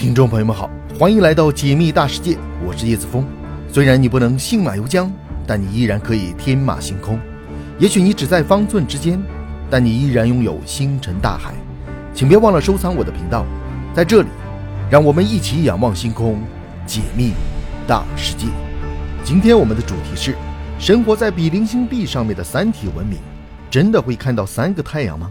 听众朋友们好，欢迎来到解密大世界，我是叶子峰。虽然你不能信马由缰，但你依然可以天马行空。也许你只在方寸之间，但你依然拥有星辰大海。请别忘了收藏我的频道，在这里让我们一起仰望星空，解密大世界。今天我们的主题是生活在比邻星币上面的三体文明真的会看到3个太阳吗？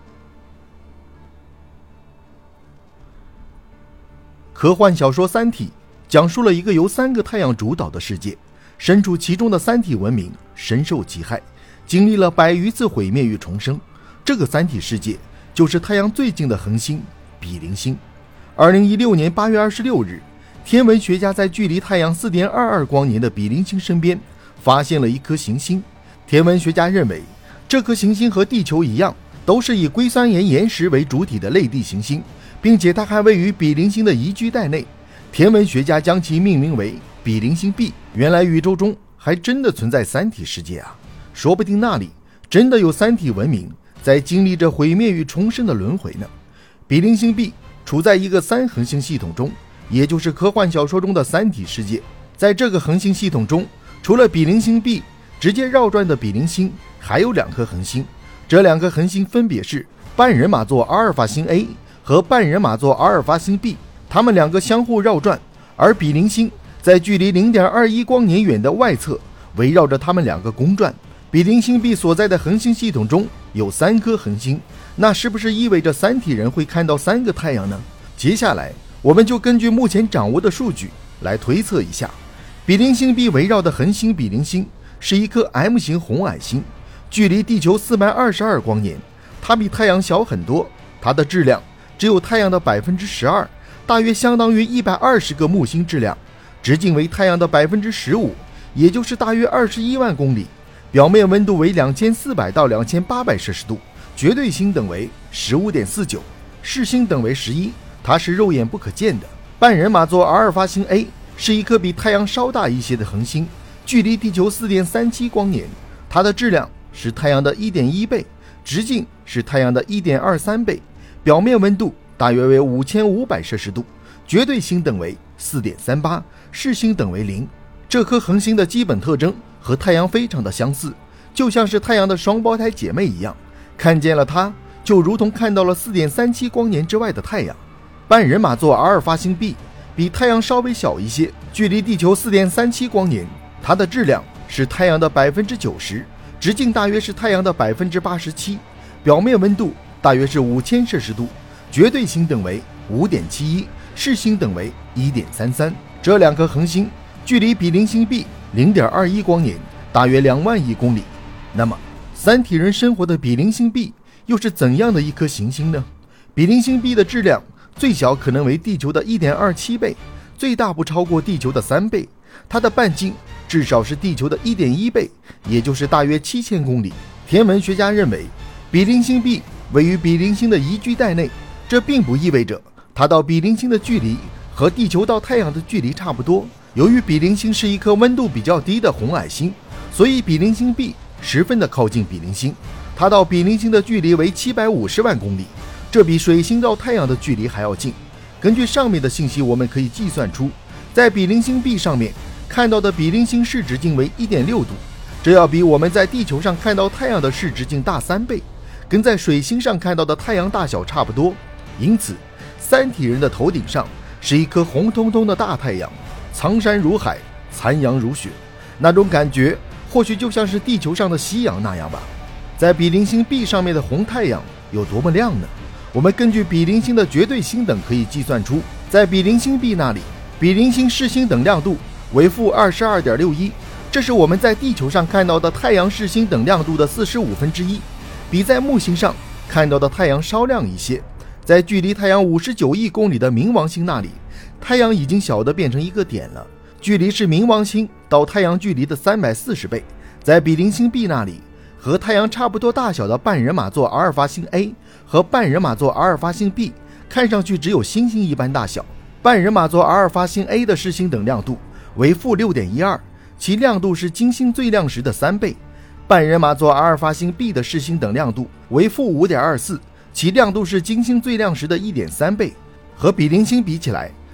科幻小说《三体》讲述了一个由3个太阳主导的世界，身处其中的三体文明深受其害，经历了100余次毁灭与重生。这个三体世界就是太阳最近的恒星比邻星。2016年8月26日，天文学家在距离太阳 4.22 光年的比邻星身边发现了一颗行星。天文学家认为，这颗行星和地球一样，都是以硅酸盐岩石为主体的类地行星，并且它还位于比邻星的宜居带内。天文学家将其命名为比邻星 B。 原来宇宙中还真的存在三体世界啊，说不定那里真的有三体文明在经历着毁灭与重生的轮回呢。比邻星 B 处在一个3恒星系统中，也就是科幻小说中的三体世界。在这个恒星系统中，除了比邻星 B 直接绕转的比邻星，还有2颗恒星。这2个恒星分别是半人马座阿尔法星 A 和半人马座阿尔法星 B， 它们2个相互绕转，而比邻星在距离 0.21 光年远的外侧围绕着它们2个公转。比邻星 B 所在的恒星系统中有3颗恒星，那是不是意味着三体人会看到3个太阳呢？接下来我们就根据目前掌握的数据来推测一下。比邻星 B 围绕的恒星比邻星是一颗 M 型红矮星，距离地球422光年，它比太阳小很多，它的质量只有太阳的 12%， 大约相当于120个木星质量，直径为太阳的 15%， 也就是大约21万公里，表面温度为2400到2800摄氏度，绝对星等为 15.49， 视星等为11，它是肉眼不可见的。半人马座阿尔法星 A 是一颗比太阳稍大一些的恒星，距离地球 4.37 光年，它的质量是太阳的 1.1 倍，直径是太阳的 1.23 倍，表面温度大约为5500摄氏度，绝对星等为 4.38， 视星等为0。这颗恒星的基本特征和太阳非常的相似，就像是太阳的双胞胎姐妹一样，看见了它就如同看到了 4.37 光年之外的太阳。半人马座阿尔法星 B 比太阳稍微小一些，距离地球 4.37 光年，它的质量是太阳的 90%， 直径大约是太阳的 87%， 表面温度大约是5000摄氏度，绝对星等为 5.71， 视星等为 1.33。 这2颗恒星距离比邻星 B 0.21 光年，大约2万亿公里。那么三体人生活的比邻星 B 又是怎样的一颗行星呢？比邻星 B 的质量最小可能为地球的 1.27 倍，最大不超过地球的3倍，它的半径至少是地球的 1.1 倍，也就是大约7000公里。天文学家认为，比邻星 B 位于比邻星的宜居带内，这并不意味着它到比邻星的距离和地球到太阳的距离差不多。由于比邻星是一颗温度比较低的红矮星，所以比邻星 B 十分的靠近比邻星，它到比邻星的距离为750万公里，这比水星到太阳的距离还要近。根据上面的信息，我们可以计算出，在比邻星 B 上面看到的比邻星视直径为 1.6 度，这要比我们在地球上看到太阳的视直径大3倍，跟在水星上看到的太阳大小差不多。因此三体人的头顶上是一颗红彤彤的大太阳，苍山如海，残阳如血，那种感觉或许就像是地球上的夕阳那样吧。在比邻星 B 上面的红太阳有多么亮呢？我们根据比邻星的绝对星等可以计算出，在比邻星 B 那里，比邻星视星等亮度为-22.61， 这是我们在地球上看到的太阳视星等亮度的1/45，比在木星上看到的太阳稍亮一些。在距离太阳59亿公里的冥王星那里，太阳已经小的变成一个点了，距离是冥王星到太阳距离的340倍。在比邻星 B 那里，和太阳差不多大小的半人马座阿尔法星 A 和半人马座阿尔法星 B 看上去只有星星一般大小。半人马座阿尔法星 A 的视星等亮度为-6.12， 其亮度是金星最亮时的3倍。半人马座阿尔法星 B 的视星等亮度为-5.24，其亮度是金星最亮时的 1.3 倍。和比邻星比起来，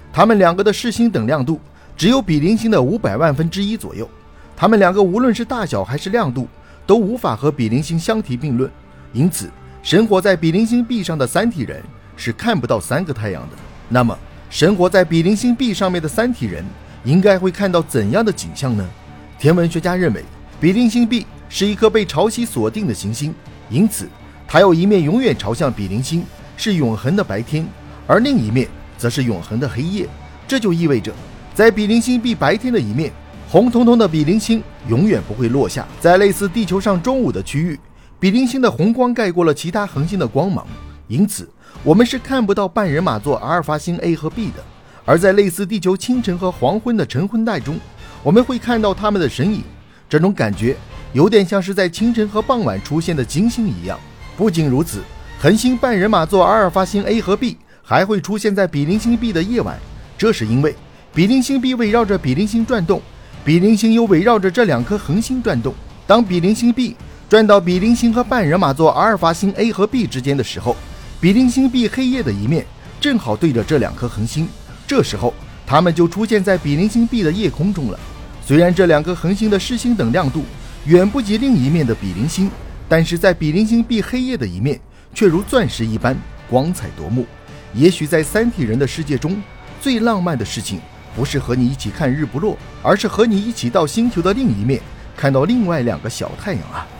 它们两个的视星等亮度只有比邻星的500万分之一左右，它们两个无论是大小还是亮度都无法和比邻星相提并论，因此生活在比邻星 B 上的三体人是看不到3个太阳的。那么生活在比邻星 B 上面的三体人应该会看到怎样的景象呢？天文学家认为，比邻星 B 是一颗被潮汐锁定的行星，因此它有一面永远朝向比邻星，是永恒的白天，而另一面则是永恒的黑夜。这就意味着，在比邻星 B 白天的一面，红彤彤的比邻星永远不会落下。在类似地球上中午的区域，比邻星的红光盖过了其他恒星的光芒，因此我们是看不到半人马座阿尔法星 A 和 B 的。而在类似地球清晨和黄昏的晨昏带中，我们会看到它们的身影。这种感觉有点像是在清晨和傍晚出现的金星一样。不仅如此，恒星半人马座阿尔法星 A 和 B 还会出现在比邻星 B 的夜晚，这是因为比邻星 B 围绕着比邻星转动，比邻星又围绕着这两颗恒星转动。当比邻星 B 转到比邻星和半人马座阿尔法星 A 和 B 之间的时候，比邻星 B 黑夜的一面正好对着这两颗恒星，这时候它们就出现在比邻星 B 的夜空中了。虽然这两颗恒星的视星等亮度远不及另一面的比邻星，但是在比邻星 B 黑夜的一面却如钻石一般光彩夺目。也许在三体人的世界中，最浪漫的事情不是和你一起看日不落，而是和你一起到星球的另一面，看到另外2个小太阳啊。